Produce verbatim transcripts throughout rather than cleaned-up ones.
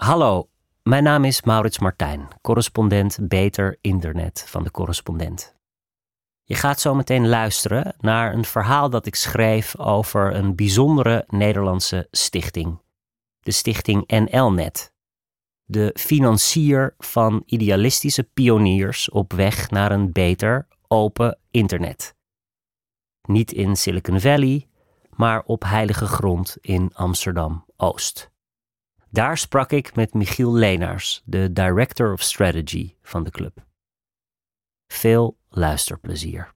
Hallo, mijn naam is Maurits Martijn, correspondent Beter Internet van De Correspondent. Je gaat zo meteen luisteren naar een verhaal dat ik schreef over een bijzondere Nederlandse stichting. De stichting N L Net. De financier van idealistische pioniers op weg naar een beter, open internet. Niet in Silicon Valley, maar op heilige grond in Amsterdam-Oost. Daar sprak ik met Michiel Leenaars, de Director of Strategy van de club. Veel luisterplezier.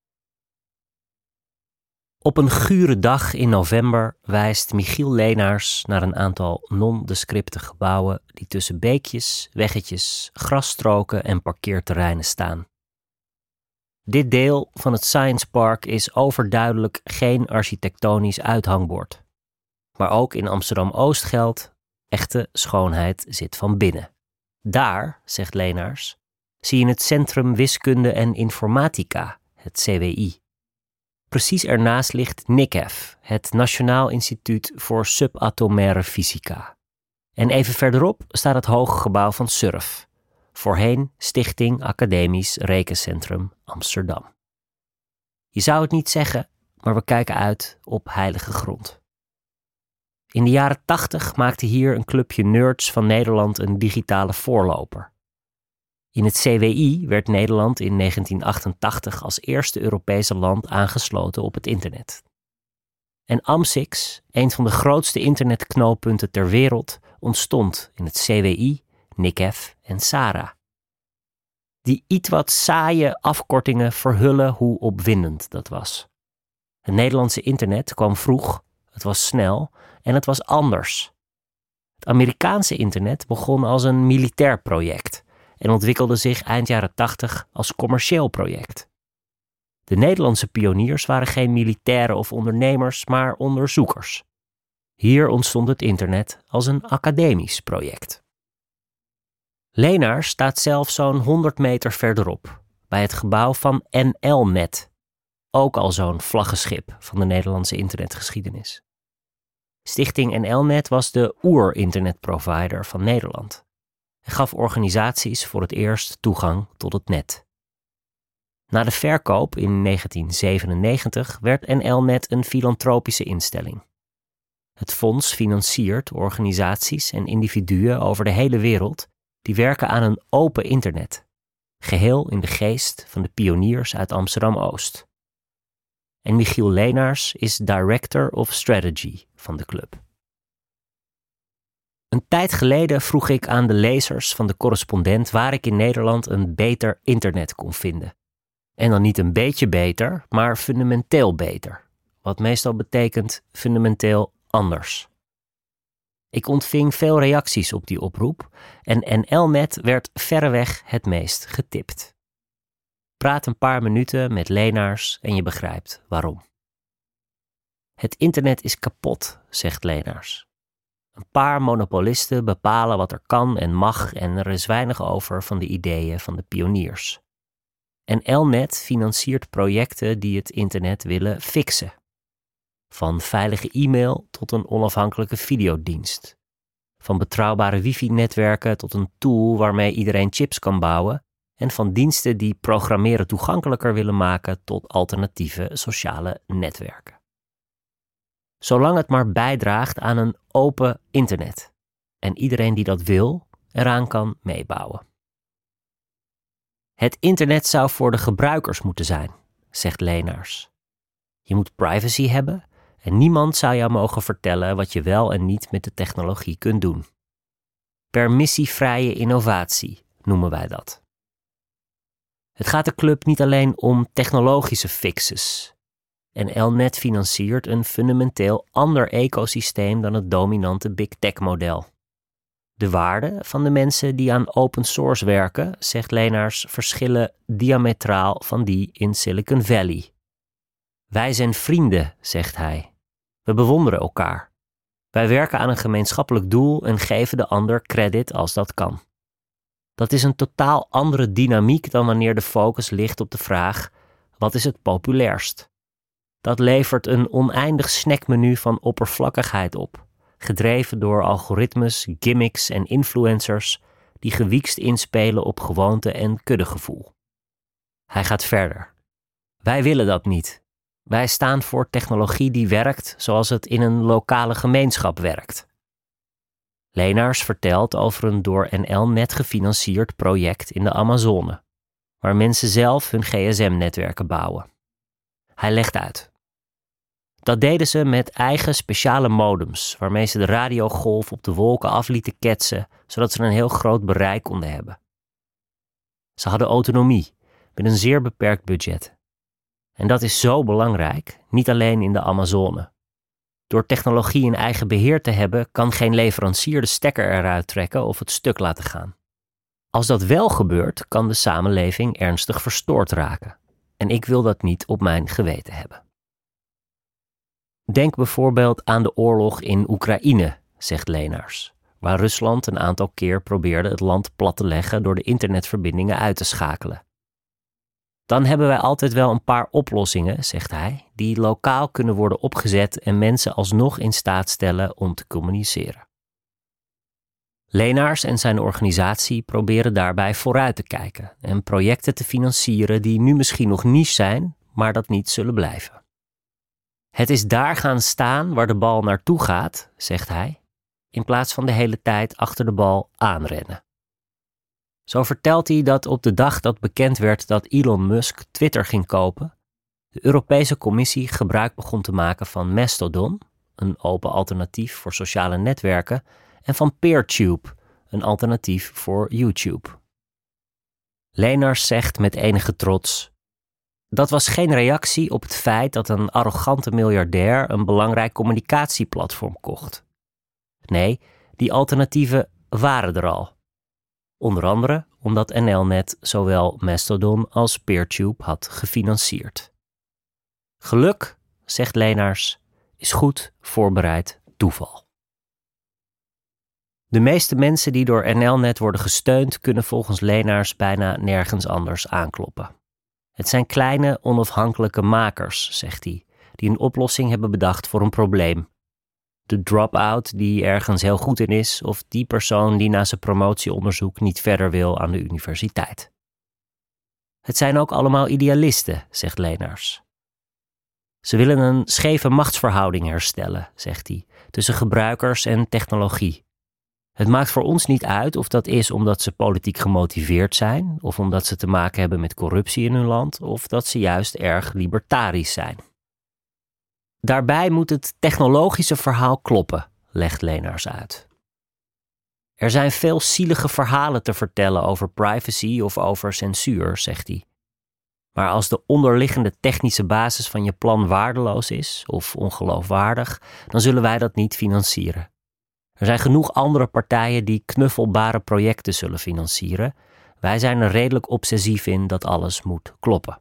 Op een gure dag in november wijst Michiel Leenaars naar een aantal nondescripte gebouwen die tussen beekjes, weggetjes, grasstroken en parkeerterreinen staan. Dit deel van het Science Park is overduidelijk geen architectonisch uithangbord. Maar ook in Amsterdam-Oost geldt, echte schoonheid zit van binnen. Daar, zegt Leenaars, zie je het Centrum Wiskunde en Informatica, het C W I. Precies ernaast ligt N I C E F, het Nationaal Instituut voor Subatomaire Fysica. En even verderop staat het hoge gebouw van SURF, voorheen Stichting Academisch Rekencentrum Amsterdam. Je zou het niet zeggen, maar we kijken uit op heilige grond. In de jaren tachtig maakte hier een clubje nerds van Nederland een digitale voorloper. In het C W I werd Nederland in negentien achtentachtig als eerste Europese land aangesloten op het internet. En AMSIX, een van de grootste internetknooppunten ter wereld, ontstond in het C W I, N I C E F en SARA. Die iets wat saaie afkortingen verhullen hoe opwindend dat was. Het Nederlandse internet kwam vroeg, het was snel en het was anders. Het Amerikaanse internet begon als een militair project en ontwikkelde zich eind jaren tachtig als commercieel project. De Nederlandse pioniers waren geen militairen of ondernemers, maar onderzoekers. Hier ontstond het internet als een academisch project. Leenaars staat zelf zo'n honderd meter verderop, bij het gebouw van N L Net, ook al zo'n vlaggenschip van de Nederlandse internetgeschiedenis. Stichting N L Net was de oer-internetprovider van Nederland en gaf organisaties voor het eerst toegang tot het net. Na de verkoop in negentien zevenennegentig werd N L Net een filantropische instelling. Het fonds financiert organisaties en individuen over de hele wereld die werken aan een open internet, geheel in de geest van de pioniers uit Amsterdam-Oost. En Michiel Leenaars is Director of Strategy van de club. Een tijd geleden vroeg ik aan de lezers van De Correspondent waar ik in Nederland een beter internet kon vinden. En dan niet een beetje beter, maar fundamenteel beter. Wat meestal betekent fundamenteel anders. Ik ontving veel reacties op die oproep en N L Net werd verreweg het meest getipt. Praat een paar minuten met Leenaars en je begrijpt waarom. Het internet is kapot, zegt Leenaars. Een paar monopolisten bepalen wat er kan en mag en er is weinig over van de ideeën van de pioniers. N L Net financiert projecten die het internet willen fixen. Van veilige e-mail tot een onafhankelijke videodienst. Van betrouwbare wifi-netwerken tot een tool waarmee iedereen chips kan bouwen. En van diensten die programmeren toegankelijker willen maken tot alternatieve sociale netwerken. Zolang het maar bijdraagt aan een open internet. En iedereen die dat wil, eraan kan meebouwen. Het internet zou voor de gebruikers moeten zijn, zegt Leenaars. Je moet privacy hebben en niemand zou jou mogen vertellen wat je wel en niet met de technologie kunt doen. Permissievrije innovatie noemen wij dat. Het gaat de club niet alleen om technologische fixes. N L Net financiert een fundamenteel ander ecosysteem dan het dominante big tech model. De waarden van de mensen die aan open source werken, zegt Leenaars, verschillen diametraal van die in Silicon Valley. Wij zijn vrienden, zegt hij. We bewonderen elkaar. Wij werken aan een gemeenschappelijk doel en geven de ander credit als dat kan. Dat is een totaal andere dynamiek dan wanneer de focus ligt op de vraag: wat is het populairst? Dat levert een oneindig snackmenu van oppervlakkigheid op. gedreven door algoritmes, gimmicks en influencers die gewiekst inspelen op gewoonte en kuddegevoel. Hij gaat verder. Wij willen dat niet. Wij staan voor technologie die werkt zoals het in een lokale gemeenschap werkt. Leenaars vertelt over een door N L net gefinancierd project in de Amazone, waar mensen zelf hun G S M-netwerken bouwen. Hij legt uit. Dat deden ze met eigen speciale modems, waarmee ze de radiogolf op de wolken af lieten ketsen, zodat ze een heel groot bereik konden hebben. Ze hadden autonomie, met een zeer beperkt budget. En dat is zo belangrijk, niet alleen in de Amazone. Door technologie in eigen beheer te hebben, kan geen leverancier de stekker eruit trekken of het stuk laten gaan. Als dat wel gebeurt, kan de samenleving ernstig verstoord raken. En ik wil dat niet op mijn geweten hebben. Denk bijvoorbeeld aan de oorlog in Oekraïne, zegt Leenaars, waar Rusland een aantal keer probeerde het land plat te leggen door de internetverbindingen uit te schakelen. Dan hebben wij altijd wel een paar oplossingen, zegt hij, die lokaal kunnen worden opgezet en mensen alsnog in staat stellen om te communiceren. Leenaars en zijn organisatie proberen daarbij vooruit te kijken en projecten te financieren die nu misschien nog niche zijn, maar dat niet zullen blijven. Het is daar gaan staan waar de bal naartoe gaat, zegt hij, in plaats van de hele tijd achter de bal aanrennen. Zo vertelt hij dat op de dag dat bekend werd dat Elon Musk Twitter ging kopen, de Europese Commissie gebruik begon te maken van Mastodon, een open alternatief voor sociale netwerken, en van PeerTube, een alternatief voor YouTube. Leenaars zegt met enige trots: dat was geen reactie op het feit dat een arrogante miljardair een belangrijk communicatieplatform kocht. Nee, die alternatieven waren er al. Onder andere omdat N L net zowel Mastodon als PeerTube had gefinancierd. Geluk, zegt Leenaars, is goed voorbereid toeval. De meeste mensen die door N L net worden gesteund kunnen volgens Leenaars bijna nergens anders aankloppen. Het zijn kleine, onafhankelijke makers, zegt hij, die een oplossing hebben bedacht voor een probleem. De drop-out die ergens heel goed in is, of die persoon die na zijn promotieonderzoek niet verder wil aan de universiteit. Het zijn ook allemaal idealisten, zegt Leenaars. Ze willen een scheve machtsverhouding herstellen, zegt hij, tussen gebruikers en technologie. Het maakt voor ons niet uit of dat is omdat ze politiek gemotiveerd zijn, of omdat ze te maken hebben met corruptie in hun land, of dat ze juist erg libertarisch zijn. Daarbij moet het technologische verhaal kloppen, legt Leenaars uit. Er zijn veel zielige verhalen te vertellen over privacy of over censuur, zegt hij. Maar als de onderliggende technische basis van je plan waardeloos is of ongeloofwaardig, dan zullen wij dat niet financieren. Er zijn genoeg andere partijen die knuffelbare projecten zullen financieren. Wij zijn er redelijk obsessief in dat alles moet kloppen.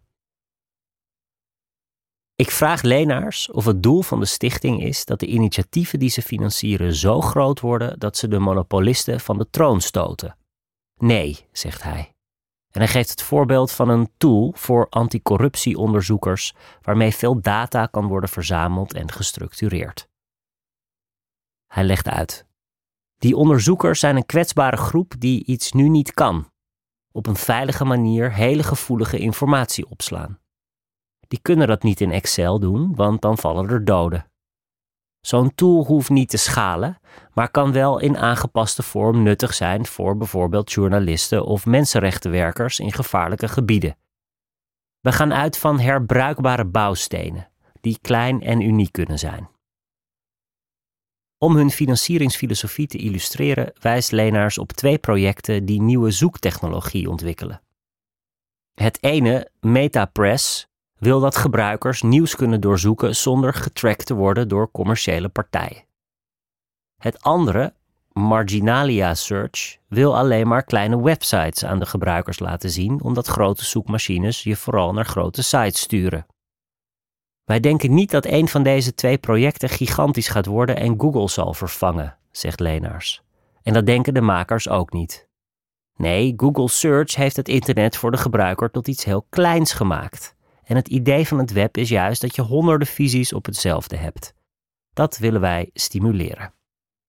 Ik vraag Leenaars of het doel van de stichting is dat de initiatieven die ze financieren zo groot worden dat ze de monopolisten van de troon stoten. Nee, zegt hij. En hij geeft het voorbeeld van een tool voor anticorruptieonderzoekers waarmee veel data kan worden verzameld en gestructureerd. Hij legt uit. Die onderzoekers zijn een kwetsbare groep die iets nu niet kan. Op een veilige manier hele gevoelige informatie opslaan. Die kunnen dat niet in Excel doen, want dan vallen er doden. Zo'n tool hoeft niet te schalen, maar kan wel in aangepaste vorm nuttig zijn voor bijvoorbeeld journalisten of mensenrechtenwerkers in gevaarlijke gebieden. We gaan uit van herbruikbare bouwstenen, die klein en uniek kunnen zijn. Om hun financieringsfilosofie te illustreren wijst Leenaars op twee projecten die nieuwe zoektechnologie ontwikkelen. Het ene, MetaPress, wil dat gebruikers nieuws kunnen doorzoeken zonder getrackt te worden door commerciële partijen. Het andere, Marginalia Search, wil alleen maar kleine websites aan de gebruikers laten zien, omdat grote zoekmachines je vooral naar grote sites sturen. Wij denken niet dat een van deze twee projecten gigantisch gaat worden en Google zal vervangen, zegt Leenaars. En dat denken de makers ook niet. Nee, Google Search heeft het internet voor de gebruiker tot iets heel kleins gemaakt. En het idee van het web is juist dat je honderden visies op hetzelfde hebt. Dat willen wij stimuleren.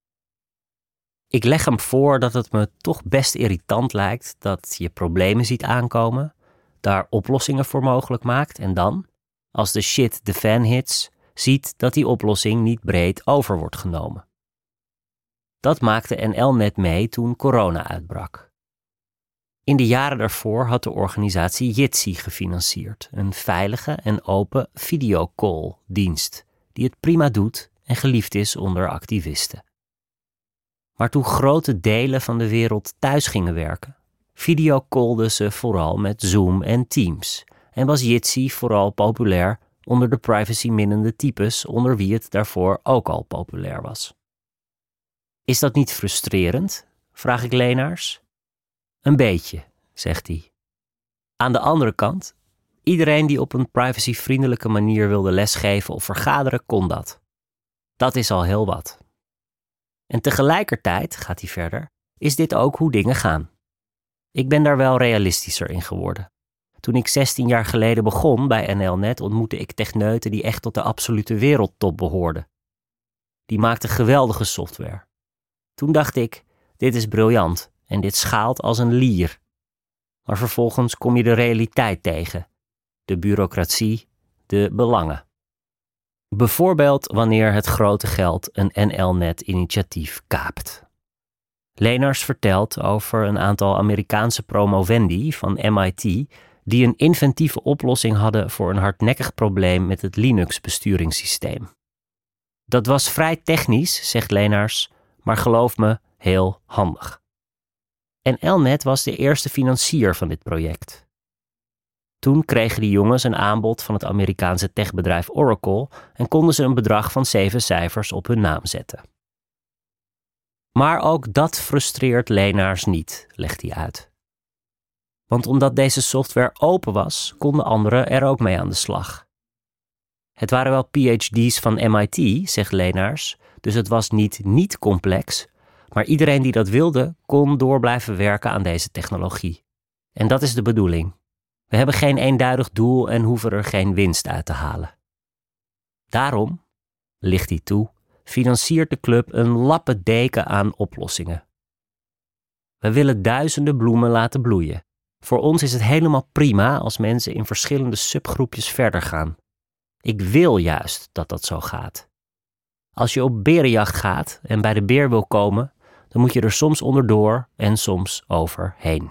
Ik leg hem voor dat het me toch best irritant lijkt dat je problemen ziet aankomen, daar oplossingen voor mogelijk maakt en dan, als de shit de fan hits, ziet dat die oplossing niet breed over wordt genomen. Dat maakte N L net mee toen corona uitbrak. In de jaren daarvoor had de organisatie Jitsi gefinancierd, een veilige en open videocall-dienst die het prima doet en geliefd is onder activisten. Maar toen grote delen van de wereld thuis gingen werken, videocallden ze vooral met Zoom en Teams en was Jitsi vooral populair onder de privacy-minnende types onder wie het daarvoor ook al populair was. Is dat niet frustrerend? Vraag ik Leenaars. Een beetje, zegt hij. Aan de andere kant, iedereen die op een privacyvriendelijke manier wilde lesgeven of vergaderen, kon dat. Dat is al heel wat. En tegelijkertijd, gaat hij verder, is dit ook hoe dingen gaan. Ik ben daar wel realistischer in geworden. Toen ik zestien jaar geleden begon bij N L net ontmoette ik techneuten die echt tot de absolute wereldtop behoorden. Die maakten geweldige software. Toen dacht ik, dit is briljant en dit schaalt als een lier. Maar vervolgens kom je de realiteit tegen. De bureaucratie, de belangen. Bijvoorbeeld wanneer het grote geld een N L net-initiatief kaapt. Leenaars vertelt over een aantal Amerikaanse promovendi van M I T die een inventieve oplossing hadden voor een hardnekkig probleem met het Linux-besturingssysteem. Dat was vrij technisch, zegt Leenaars, maar geloof me, heel handig. N L net was de eerste financier van dit project. Toen kregen die jongens een aanbod van het Amerikaanse techbedrijf Oracle en konden ze een bedrag van zeven cijfers op hun naam zetten. Maar ook dat frustreert Leenaars niet, legt hij uit. Want omdat deze software open was, konden anderen er ook mee aan de slag. Het waren wel P H D's van M I T, zegt Leenaars, dus het was niet niet complex, maar iedereen die dat wilde, kon door blijven werken aan deze technologie. En dat is de bedoeling. We hebben geen eenduidig doel en hoeven er geen winst uit te halen. Daarom, licht hij toe, financiert de club een lappendeken aan oplossingen. We willen duizenden bloemen laten bloeien. Voor ons is het helemaal prima als mensen in verschillende subgroepjes verder gaan. Ik wil juist dat dat zo gaat. Als je op berenjacht gaat en bij de beer wil komen, dan moet je er soms onderdoor en soms overheen.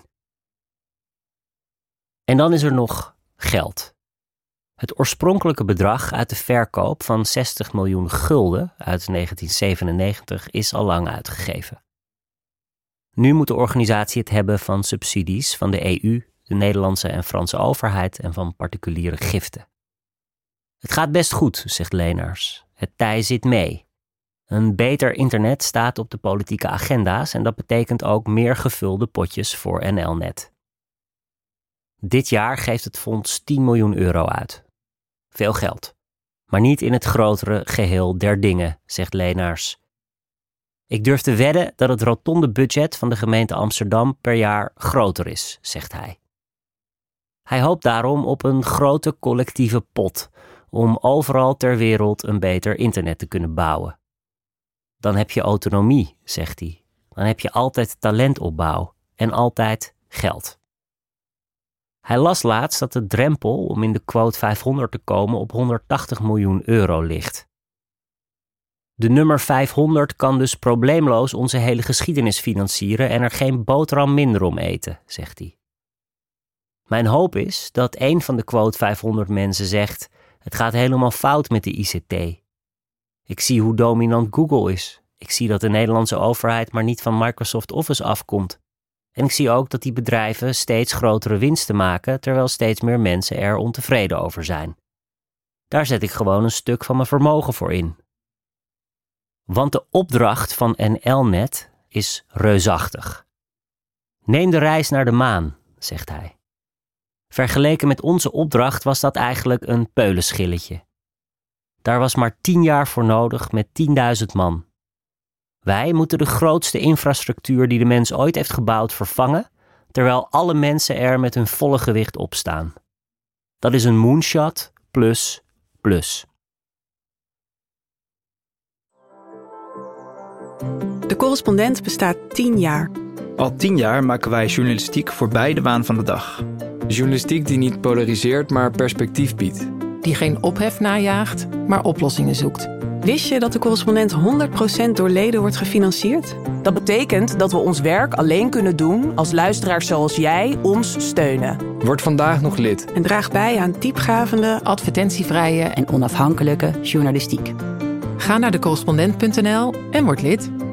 En dan is er nog geld. Het oorspronkelijke bedrag uit de verkoop van zestig miljoen gulden uit negentien zevenennegentig is al lang uitgegeven. Nu moet de organisatie het hebben van subsidies van de E U, de Nederlandse en Franse overheid en van particuliere giften. Het gaat best goed, zegt Leenaars. Het tij zit mee. Een beter internet staat op de politieke agenda's en dat betekent ook meer gevulde potjes voor N L net. Dit jaar geeft het fonds tien miljoen euro uit. Veel geld. Maar niet in het grotere geheel der dingen, zegt Leenaars. Ik durf te wedden dat het rotonde budget van de gemeente Amsterdam per jaar groter is, zegt hij. Hij hoopt daarom op een grote collectieve pot om overal ter wereld een beter internet te kunnen bouwen. Dan heb je autonomie, zegt hij. Dan heb je altijd talentopbouw en altijd geld. Hij las laatst dat de drempel om in de quote vijfhonderd te komen op honderdtachtig miljoen euro ligt. De nummer vijfhonderd kan dus probleemloos onze hele geschiedenis financieren en er geen boterham minder om eten, zegt hij. Mijn hoop is dat een van de quote vijfhonderd mensen zegt: het gaat helemaal fout met de I C T. Ik zie hoe dominant Google is. Ik zie dat de Nederlandse overheid maar niet van Microsoft Office afkomt. En ik zie ook dat die bedrijven steeds grotere winsten maken, terwijl steeds meer mensen er ontevreden over zijn. Daar zet ik gewoon een stuk van mijn vermogen voor in. Want de opdracht van N L net is reusachtig. Neem de reis naar de maan, zegt hij. Vergeleken met onze opdracht was dat eigenlijk een peulenschilletje. Daar was maar tien jaar voor nodig met tienduizend man. Wij moeten de grootste infrastructuur die de mens ooit heeft gebouwd vervangen, terwijl alle mensen er met hun volle gewicht op staan. Dat is een moonshot plus plus. De Correspondent bestaat tien jaar. Al tien jaar maken wij journalistiek voorbij de waan van de dag. Journalistiek die niet polariseert, maar perspectief biedt. Die geen ophef najaagt, maar oplossingen zoekt. Wist je dat De Correspondent honderd procent door leden wordt gefinancierd? Dat betekent dat we ons werk alleen kunnen doen als luisteraars zoals jij ons steunen. Word vandaag nog lid. En draag bij aan diepgravende, Advertentievrije en onafhankelijke journalistiek. Ga naar de correspondent punt n l en word lid.